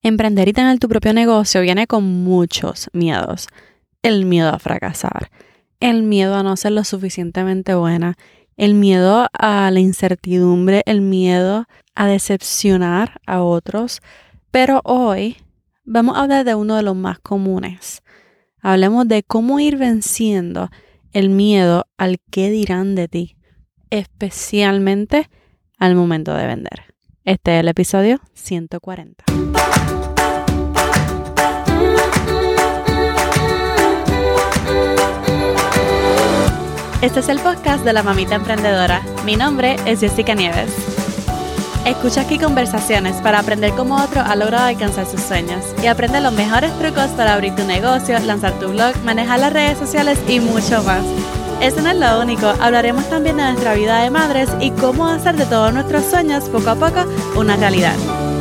Emprender y tener tu propio negocio viene con muchos miedos. El miedo a fracasar, el miedo a no ser lo suficientemente buena, el miedo a la incertidumbre, el miedo a decepcionar a otros. Pero hoy vamos a hablar de uno de los más comunes. Hablemos de cómo ir venciendo el miedo al qué dirán de ti, especialmente al momento de vender. Este es el episodio 140. Este es el podcast de la Mamita Emprendedora. Mi nombre es Jessica Nieves. Escucha aquí conversaciones para aprender cómo otro ha logrado alcanzar sus sueños y aprende los mejores trucos para abrir tu negocio, lanzar tu blog, manejar las redes sociales y mucho más. Eso no es lo único, hablaremos también de nuestra vida de madres y cómo hacer de todos nuestros sueños poco a poco una realidad.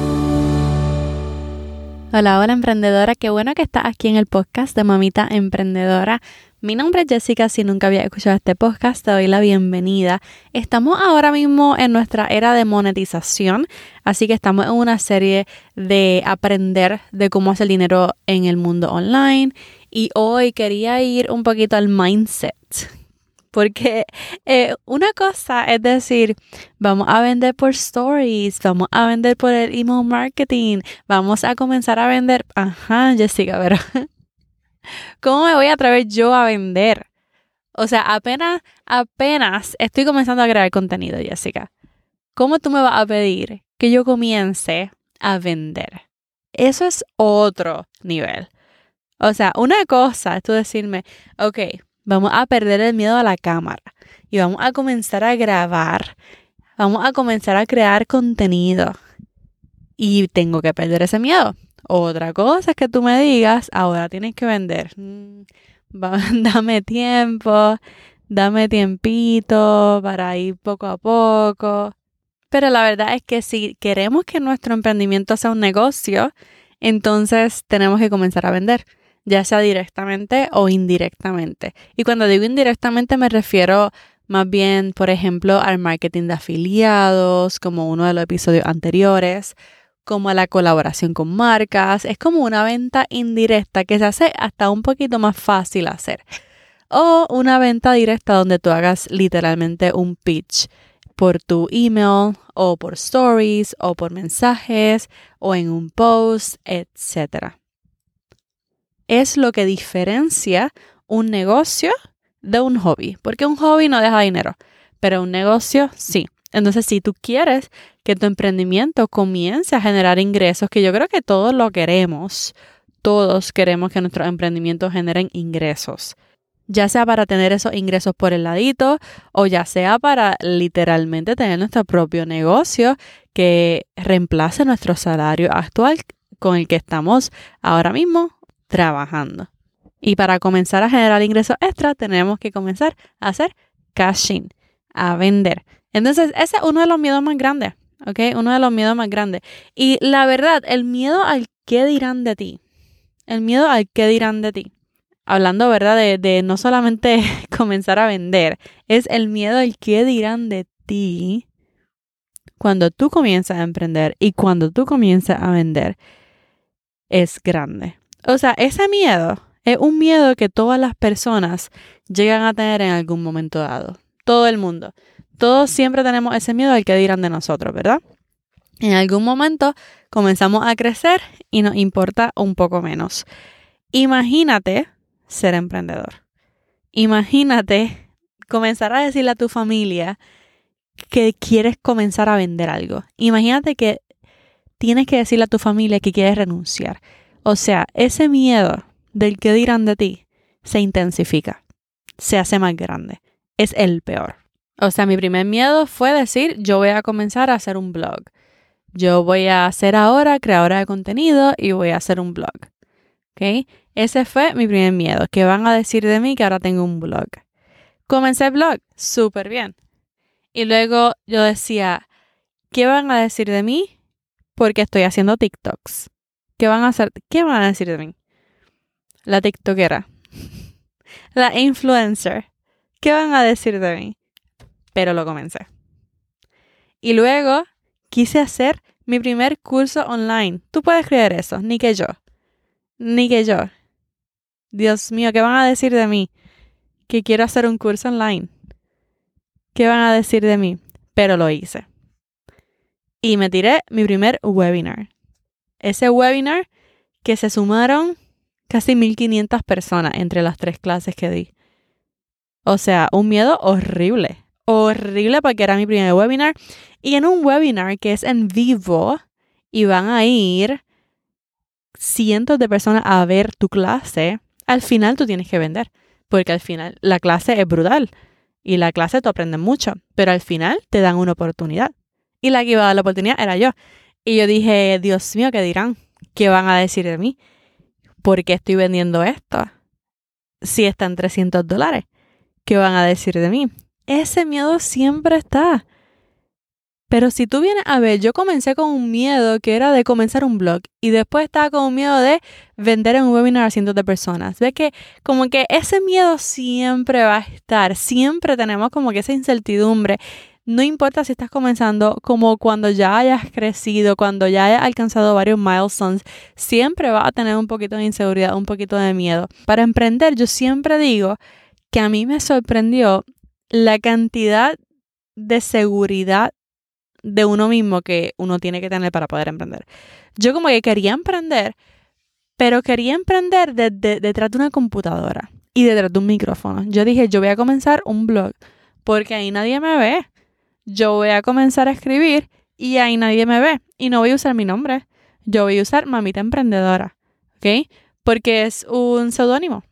Hola emprendedora, qué bueno que estás aquí en el podcast de Mamita Emprendedora. Mi nombre es Jessica, si nunca habías escuchado este podcast, te doy la bienvenida. Estamos ahora mismo en nuestra era de monetización, así que estamos en una serie de aprender de cómo hacer dinero en el mundo online. Y hoy quería ir un poquito al mindset, porque una cosa es decir, vamos a vender por stories, vamos a vender por el email marketing, vamos a comenzar a vender. Ajá, Jessica, pero ¿cómo me voy a atrever yo a vender? O sea, apenas estoy comenzando a crear contenido, Jessica. ¿Cómo tú me vas a pedir que yo comience a vender? Eso es otro nivel. O sea, una cosa es tú decirme, ok, vamos a perder el miedo a la cámara y vamos a comenzar a grabar, vamos a comenzar a crear contenido y tengo que perder ese miedo. Otra cosa es que tú me digas, ahora tienes que vender. Dame tiempo, dame tiempito para ir poco a poco. Pero la verdad es que si queremos que nuestro emprendimiento sea un negocio, entonces tenemos que comenzar a vender, ya sea directamente o indirectamente. Y cuando digo indirectamente me refiero más bien, por ejemplo, al marketing de afiliados, como uno de los episodios anteriores, como a la colaboración con marcas. Es como una venta indirecta que se hace hasta un poquito más fácil hacer. O una venta directa donde tú hagas literalmente un pitch por tu email o por stories o por mensajes o en un post, etc. Es lo que diferencia un negocio de un hobby. Porque un hobby no deja dinero, pero un negocio sí. Entonces, si tú quieres que tu emprendimiento comience a generar ingresos, que yo creo que todos lo queremos, todos queremos que nuestros emprendimientos generen ingresos, ya sea para tener esos ingresos por el ladito o ya sea para literalmente tener nuestro propio negocio que reemplace nuestro salario actual con el que estamos ahora mismo trabajando. Y para comenzar a generar ingresos extra, tenemos que comenzar a hacer cashing, a vender. Entonces, ese es uno de los miedos más grandes, ¿ok? Uno de los miedos más grandes. Y la verdad, el miedo al qué dirán de ti. El miedo al qué dirán de ti. Hablando, ¿verdad? De no solamente comenzar a vender, es el miedo al qué dirán de ti cuando tú comienzas a emprender y cuando tú comienzas a vender. Es grande. O sea, ese miedo es un miedo que todas las personas llegan a tener en algún momento dado. Todo el mundo. Todos siempre tenemos ese miedo al que dirán de nosotros, ¿verdad? En algún momento comenzamos a crecer y nos importa un poco menos. Imagínate ser emprendedor. Imagínate comenzar a decirle a tu familia que quieres comenzar a vender algo. Imagínate que tienes que decirle a tu familia que quieres renunciar. O sea, ese miedo del que dirán de ti se intensifica, se hace más grande. Es el peor. O sea, mi primer miedo fue decir, yo voy a comenzar a hacer un blog. Yo voy a ser ahora creadora de contenido y voy a hacer un blog. ¿Ok? Ese fue mi primer miedo, que van a decir de mí que ahora tengo un blog. Comencé el blog, súper bien. Y luego yo decía, ¿qué van a decir de mí? Porque estoy haciendo TikToks. ¿Qué van a decir de mí? La tiktokera. La influencer. ¿Qué van a decir de mí? Pero lo comencé. Y luego quise hacer mi primer curso online. ¿Tú puedes creer eso? Ni que yo. Dios mío, ¿qué van a decir de mí? Que quiero hacer un curso online. ¿Qué van a decir de mí? Pero lo hice. Y me tiré mi primer webinar. Ese webinar que se sumaron casi 1,500 personas entre las 3 clases que di. O sea, un miedo horrible. Horrible porque era mi primer webinar. Y en un webinar que es en vivo y van a ir cientos de personas a ver tu clase, al final tú tienes que vender. Porque al final la clase es brutal. Y la clase tú aprendes mucho. Pero al final te dan una oportunidad. Y la que iba a dar la oportunidad era yo. Y yo dije, Dios mío, ¿qué dirán? ¿Qué van a decir de mí? ¿Por qué estoy vendiendo esto? Si está en $300. ¿Qué van a decir de mí? Ese miedo siempre está. Pero si tú vienes a ver, yo comencé con un miedo que era de comenzar un blog. Y después estaba con un miedo de vender en un webinar a cientos de personas. ¿Ves que como que ese miedo siempre va a estar? Siempre tenemos como que esa incertidumbre. No importa si estás comenzando, como cuando ya hayas crecido, cuando ya hayas alcanzado varios milestones, siempre vas a tener un poquito de inseguridad, un poquito de miedo. Para emprender, yo siempre digo que a mí me sorprendió la cantidad de seguridad de uno mismo que uno tiene que tener para poder emprender. Yo como que quería emprender, pero quería emprender detrás de una computadora y detrás de un micrófono. Yo dije, yo voy a comenzar un blog porque ahí nadie me ve. Yo voy a comenzar a escribir y ahí nadie me ve. Y no voy a usar mi nombre. Yo voy a usar Mamita Emprendedora. ¿Ok? Porque es un seudónimo.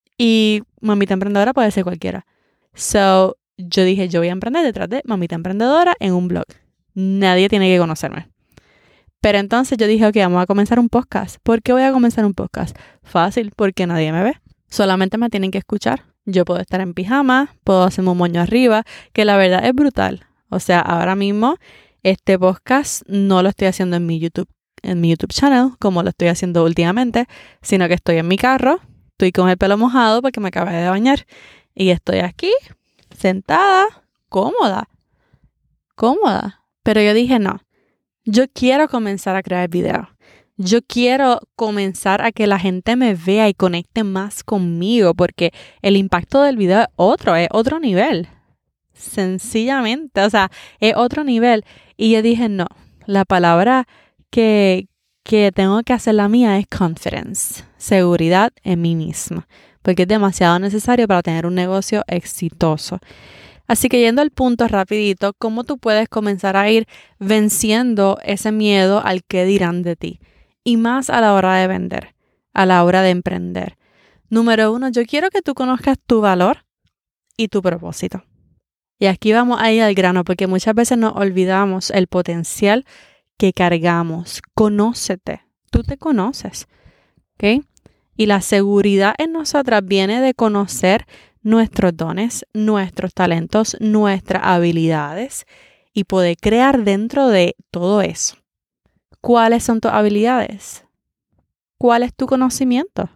Y Mamita Emprendedora puede ser cualquiera. So, yo dije, yo voy a emprender detrás de Mamita Emprendedora en un blog. Nadie tiene que conocerme. Pero entonces yo dije, ok, vamos a comenzar un podcast. ¿Por qué voy a comenzar un podcast? Fácil, porque nadie me ve. Solamente me tienen que escuchar. Yo puedo estar en pijama, puedo hacerme un moño arriba, que la verdad es brutal. O sea, ahora mismo este podcast no lo estoy haciendo en mi YouTube channel, como lo estoy haciendo últimamente, sino que estoy en mi carro, estoy con el pelo mojado porque me acabé de bañar y estoy aquí, sentada, cómoda. Pero yo dije, no, yo quiero comenzar a crear videos. Yo quiero comenzar a que la gente me vea y conecte más conmigo porque el impacto del video es otro nivel. Sencillamente, o sea, es otro nivel. Y yo dije, no, la palabra que tengo que hacer la mía es confidence, seguridad en mí misma, porque es demasiado necesario para tener un negocio exitoso. Así que yendo al punto rapidito, ¿cómo tú puedes comenzar a ir venciendo ese miedo al que dirán de ti? Y más a la hora de vender, a la hora de emprender. Número 1, yo quiero que tú conozcas tu valor y tu propósito. Y aquí vamos a ir al grano porque muchas veces nos olvidamos el potencial que cargamos. Conócete. Tú te conoces. ¿Ok? Y la seguridad en nosotras viene de conocer nuestros dones, nuestros talentos, nuestras habilidades y poder crear dentro de todo eso. ¿Cuáles son tus habilidades? ¿Cuál es tu conocimiento?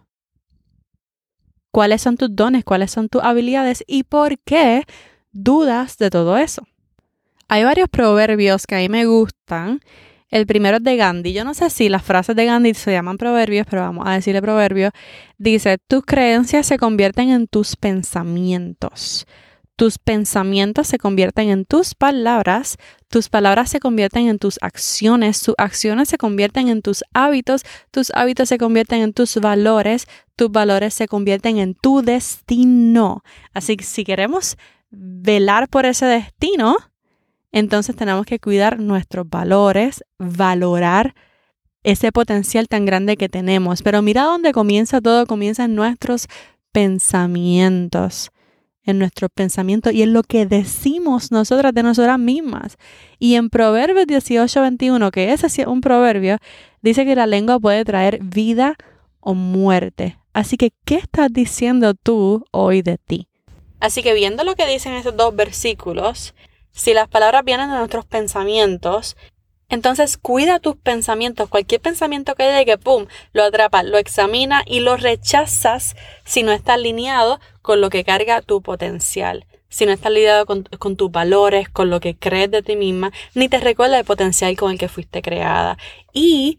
¿Cuáles son tus dones? ¿Cuáles son tus habilidades? ¿Y por qué dudas de todo eso? Hay varios proverbios que a mí me gustan. El primero es de Gandhi. Yo no sé si las frases de Gandhi se llaman proverbios, pero vamos a decirle proverbio. Dice, tus creencias se convierten en tus pensamientos. Tus pensamientos se convierten en tus palabras se convierten en tus acciones se convierten en tus hábitos se convierten en tus valores se convierten en tu destino. Así que si queremos velar por ese destino, entonces tenemos que cuidar nuestros valores, valorar ese potencial tan grande que tenemos. Pero mira dónde comienza todo, comienza en nuestros pensamientos. En nuestros pensamientos y en lo que decimos nosotras de nosotras mismas. Y en Proverbios 18:21, que ese sí es un proverbio, dice que la lengua puede traer vida o muerte. Así que, ¿qué estás diciendo tú hoy de ti? Así que viendo lo que dicen esos dos versículos, si las palabras vienen de nuestros pensamientos, entonces cuida tus pensamientos. Cualquier pensamiento que llegue, ¡pum!, lo atrapas, lo examinas y lo rechazas si no está alineado con lo que carga tu potencial. si no estás lidiado con tus valores, con lo que crees de ti misma, ni te recuerda el potencial con el que fuiste creada. Y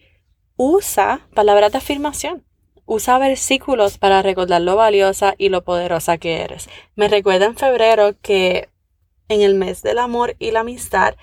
usa palabras de afirmación. Usa versículos para recordar lo valiosa y lo poderosa que eres. Me recuerda en febrero que en el mes del amor y la amistad,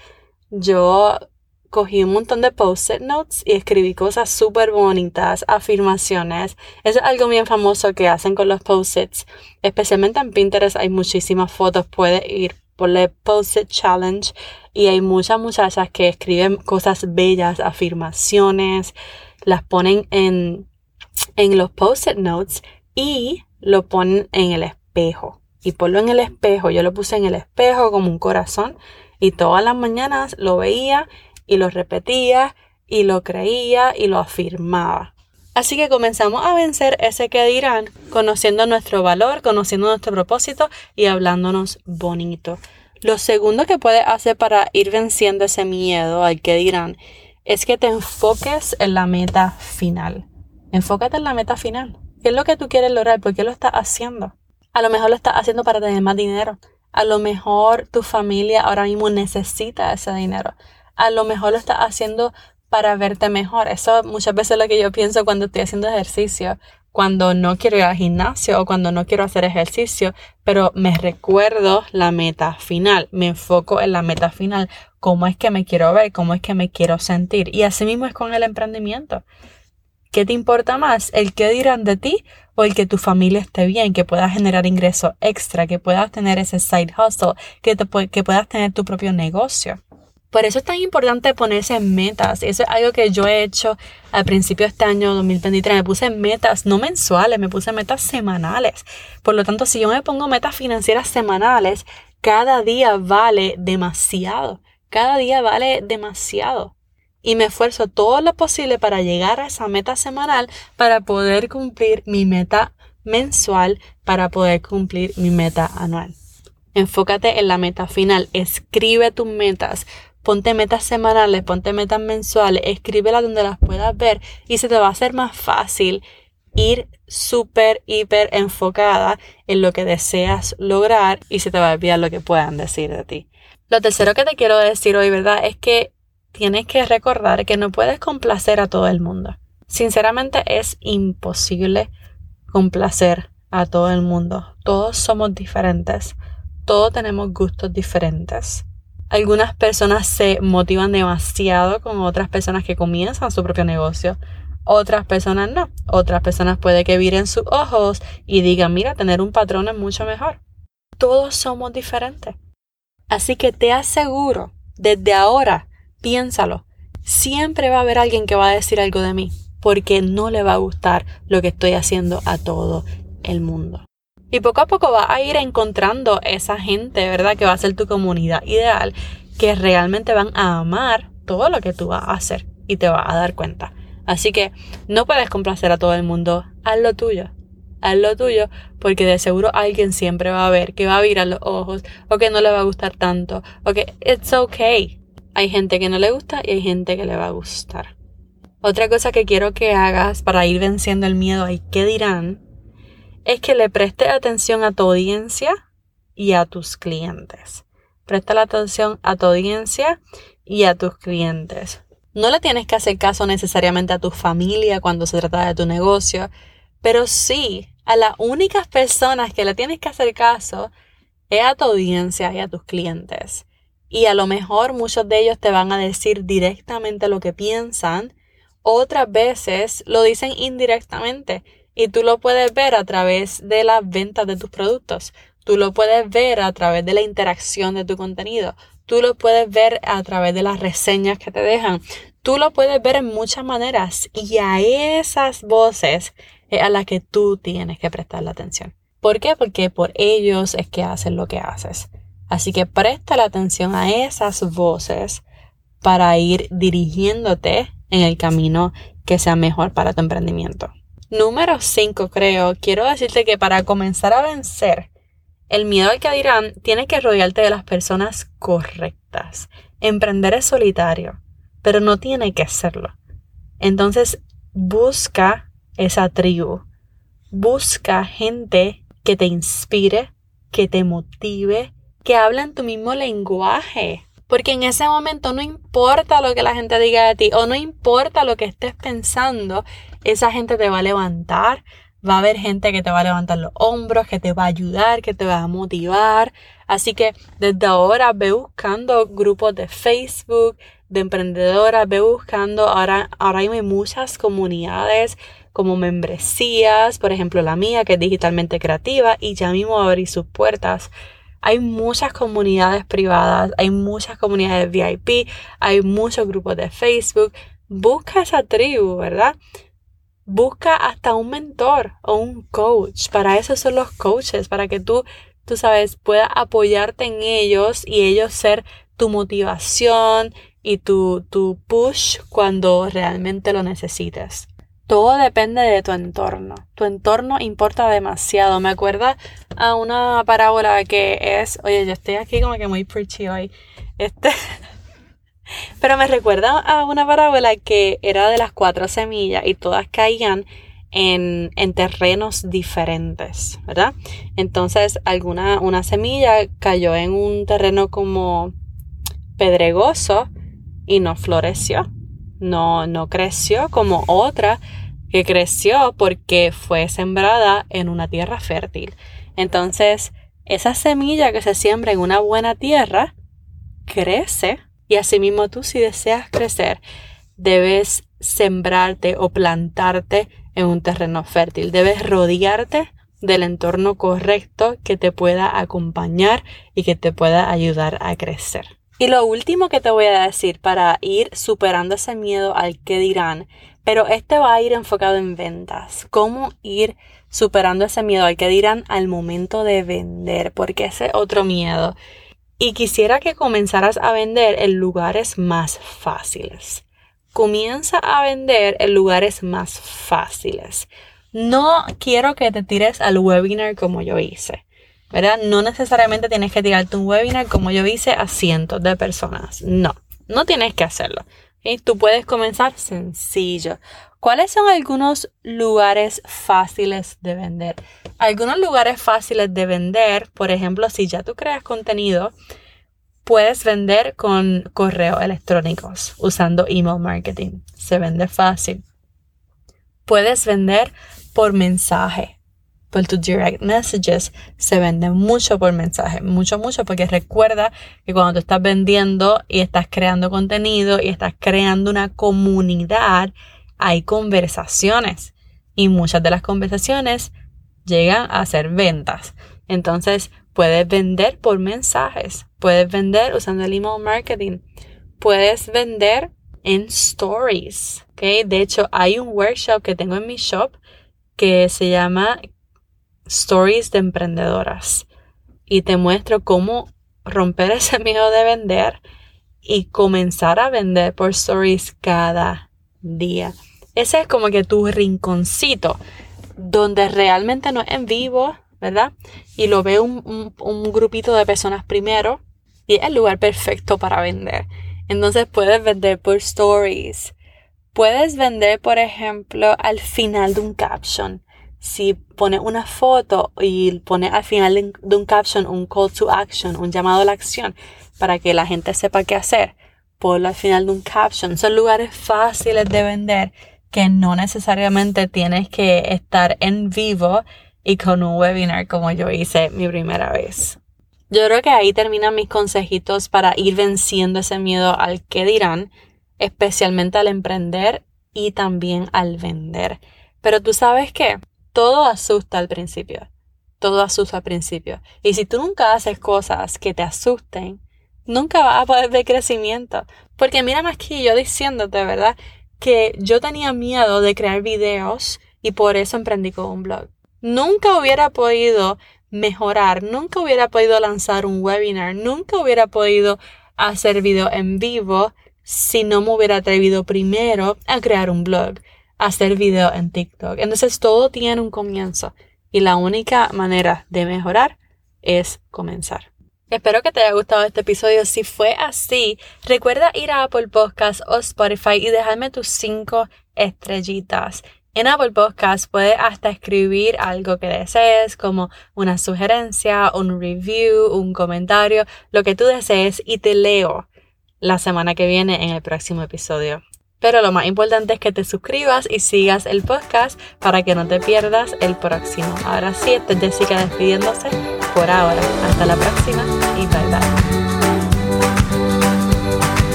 yo cogí un montón de post-it notes y escribí cosas súper bonitas, afirmaciones. Eso es algo bien famoso que hacen con los post-its. Especialmente en Pinterest hay muchísimas fotos. Puedes ir por el post-it challenge y hay muchas muchachas que escriben cosas bellas, afirmaciones, las ponen en los post-it notes y lo ponen en el espejo. Y ponlo en el espejo. Yo lo puse en el espejo como un corazón y todas las mañanas lo veía y lo repetía y lo creía y lo afirmaba. Así que comenzamos a vencer ese que dirán, conociendo nuestro valor, conociendo nuestro propósito y hablándonos bonito. Lo segundo que puedes hacer para ir venciendo ese miedo al que dirán es que te enfoques en la meta final. Enfócate en la meta final. ¿Qué es lo que tú quieres lograr? ¿Por qué lo estás haciendo? A lo mejor lo estás haciendo para tener más dinero. A lo mejor tu familia ahora mismo necesita ese dinero. A lo mejor lo estás haciendo para verte mejor. Eso muchas veces es lo que yo pienso cuando estoy haciendo ejercicio. Cuando no quiero ir al gimnasio o cuando no quiero hacer ejercicio, pero me recuerdo la meta final. Me enfoco en la meta final. ¿Cómo es que me quiero ver? ¿Cómo es que me quiero sentir? Y así mismo es con el emprendimiento. ¿Qué te importa más? ¿El qué dirán de ti o el que tu familia esté bien, que puedas generar ingresos extra, que puedas tener ese side hustle, que puedas tener tu propio negocio? Por eso es tan importante ponerse metas. Eso es algo que yo he hecho al principio de este año 2023. Me puse metas no mensuales, me puse metas semanales. Por lo tanto, si yo me pongo metas financieras semanales, cada día vale demasiado. Cada día vale demasiado. Y me esfuerzo todo lo posible para llegar a esa meta semanal, para poder cumplir mi meta mensual, para poder cumplir mi meta anual. Enfócate en la meta final. Escribe tus metas. Ponte metas semanales, ponte metas mensuales, escríbelas donde las puedas ver y se te va a hacer más fácil ir súper, hiper enfocada en lo que deseas lograr y se te va a olvidar lo que puedan decir de ti. Lo tercero que te quiero decir hoy, ¿verdad? Es que tienes que recordar que no puedes complacer a todo el mundo. Sinceramente es imposible complacer a todo el mundo. Todos somos diferentes. Todos tenemos gustos diferentes. Algunas personas se motivan demasiado con otras personas que comienzan su propio negocio. Otras personas no. Otras personas puede que viren sus ojos y digan, mira, tener un patrón es mucho mejor. Todos somos diferentes. Así que te aseguro, desde ahora, piénsalo, siempre va a haber alguien que va a decir algo de mí, porque no le va a gustar lo que estoy haciendo a todo el mundo. Y poco a poco vas a ir encontrando esa gente, ¿verdad? Que va a ser tu comunidad ideal, que realmente van a amar todo lo que tú vas a hacer y te vas a dar cuenta. Así que no puedes complacer a todo el mundo, haz lo tuyo. Haz lo tuyo porque de seguro alguien siempre va a ver que va a virar los ojos o que no le va a gustar tanto o que it's okay. Hay gente que no le gusta y hay gente que le va a gustar. Otra cosa que quiero que hagas para ir venciendo el miedo a qué dirán es que le prestes atención a tu audiencia y a tus clientes. Presta la atención a tu audiencia y a tus clientes. No le tienes que hacer caso necesariamente a tu familia cuando se trata de tu negocio, pero sí a las únicas personas que le tienes que hacer caso es a tu audiencia y a tus clientes. Y a lo mejor muchos de ellos te van a decir directamente lo que piensan, otras veces lo dicen indirectamente y tú lo puedes ver a través de las ventas de tus productos. Tú lo puedes ver a través de la interacción de tu contenido. Tú lo puedes ver a través de las reseñas que te dejan. Tú lo puedes ver en muchas maneras y a esas voces es a las que tú tienes que prestar la atención. ¿Por qué? Porque por ellos es que haces lo que haces. Así que presta la atención a esas voces para ir dirigiéndote en el camino que sea mejor para tu emprendimiento. Número 5, quiero decirte que para comenzar a vencer el miedo al que dirán, tienes que rodearte de las personas correctas. Emprender es solitario, pero no tiene que serlo. Entonces, busca esa tribu. Busca gente que te inspire, que te motive, que hablan tu mismo lenguaje. Porque en ese momento no importa lo que la gente diga de ti o no importa lo que estés pensando, esa gente te va a levantar. Va a haber gente que te va a levantar los hombros, que te va a ayudar, que te va a motivar. Así que desde ahora ve buscando grupos de Facebook, de emprendedoras, ve buscando, ahora hay muchas comunidades como membresías, por ejemplo la mía que es Digitalmente Creativa y ya mismo va a abrir sus puertas. Hay muchas comunidades privadas, hay muchas comunidades VIP, hay muchos grupos de Facebook. Busca esa tribu, ¿verdad? Busca hasta un mentor o un coach. Para eso son los coaches, para que tú sabes, puedas apoyarte en ellos y ellos ser tu motivación y tu push cuando realmente lo necesites. Todo depende de tu entorno. Tu entorno importa demasiado. Me acuerda a una parábola que es... Oye, yo estoy aquí como que muy preachy hoy. Pero me recuerda a una parábola que era de las 4 semillas y todas caían en terrenos diferentes, ¿verdad? Entonces, una semilla cayó en un terreno como pedregoso y no floreció. No creció como otra que creció porque fue sembrada en una tierra fértil. Entonces, esa semilla que se siembra en una buena tierra crece. Y asimismo tú, si deseas crecer, debes sembrarte o plantarte en un terreno fértil. Debes rodearte del entorno correcto que te pueda acompañar y que te pueda ayudar a crecer. Y lo último que te voy a decir para ir superando ese miedo al qué dirán, pero va a ir enfocado en ventas. Cómo ir superando ese miedo al qué dirán al momento de vender, porque ese es otro miedo. Y quisiera que comenzaras a vender en lugares más fáciles. Comienza a vender en lugares más fáciles. No quiero que te tires al webinar como yo hice, ¿verdad? No necesariamente tienes que tirarte un webinar como yo hice a cientos de personas. No tienes que hacerlo. ¿Okay? Tú puedes comenzar sencillo. ¿Cuáles son algunos lugares fáciles de vender? Algunos lugares fáciles de vender, por ejemplo, si ya tú creas contenido, puedes vender con correos electrónicos usando email marketing. Se vende fácil. Puedes vender por mensaje. Por tus direct messages se vende mucho por mensaje. Mucho, porque recuerda que cuando tú estás vendiendo y estás creando contenido y estás creando una comunidad, hay conversaciones y muchas de las conversaciones llegan a ser ventas. Entonces, puedes vender por mensajes, puedes vender usando el email marketing, puedes vender en stories, ¿okay? De hecho, hay un workshop que tengo en mi shop que se llama Stories de Emprendedoras y te muestro cómo romper ese miedo de vender y comenzar a vender por stories cada día. Ese es como que tu rinconcito donde realmente no es en vivo, ¿verdad? Y lo ve un grupito de personas primero y es el lugar perfecto para vender. Entonces puedes vender por stories. Puedes vender, por ejemplo, al final de un caption. Si pones una foto y pones al final de un caption un call to action, un llamado a la acción para que la gente sepa qué hacer, ponlo al final de un caption. Son lugares fáciles de vender que no necesariamente tienes que estar en vivo y con un webinar como yo hice mi primera vez. Yo creo que ahí terminan mis consejitos para ir venciendo ese miedo al qué dirán, especialmente al emprender y también al vender. Pero tú sabes qué, todo asusta al principio. Todo asusta al principio. Y si tú nunca haces cosas que te asusten, nunca vas a poder ver crecimiento. Porque mira más que yo diciéndote, ¿verdad? Que yo tenía miedo de crear videos y por eso emprendí con un blog. Nunca hubiera podido mejorar, nunca hubiera podido lanzar un webinar, nunca hubiera podido hacer video en vivo si no me hubiera atrevido primero a crear un blog, a hacer video en TikTok. Entonces todo tiene un comienzo y la única manera de mejorar es comenzar. Espero que te haya gustado este episodio. Si fue así, recuerda ir a Apple Podcasts o Spotify y dejarme tus 5 estrellitas. En Apple Podcast puedes hasta escribir algo que desees, como una sugerencia, un review, un comentario, lo que tú desees, y te leo la semana que viene en el próximo episodio. Pero lo más importante es que te suscribas y sigas el podcast para que no te pierdas el próximo. Ahora sí, esta es Jessica despidiéndose por ahora. Hasta la próxima y bye bye.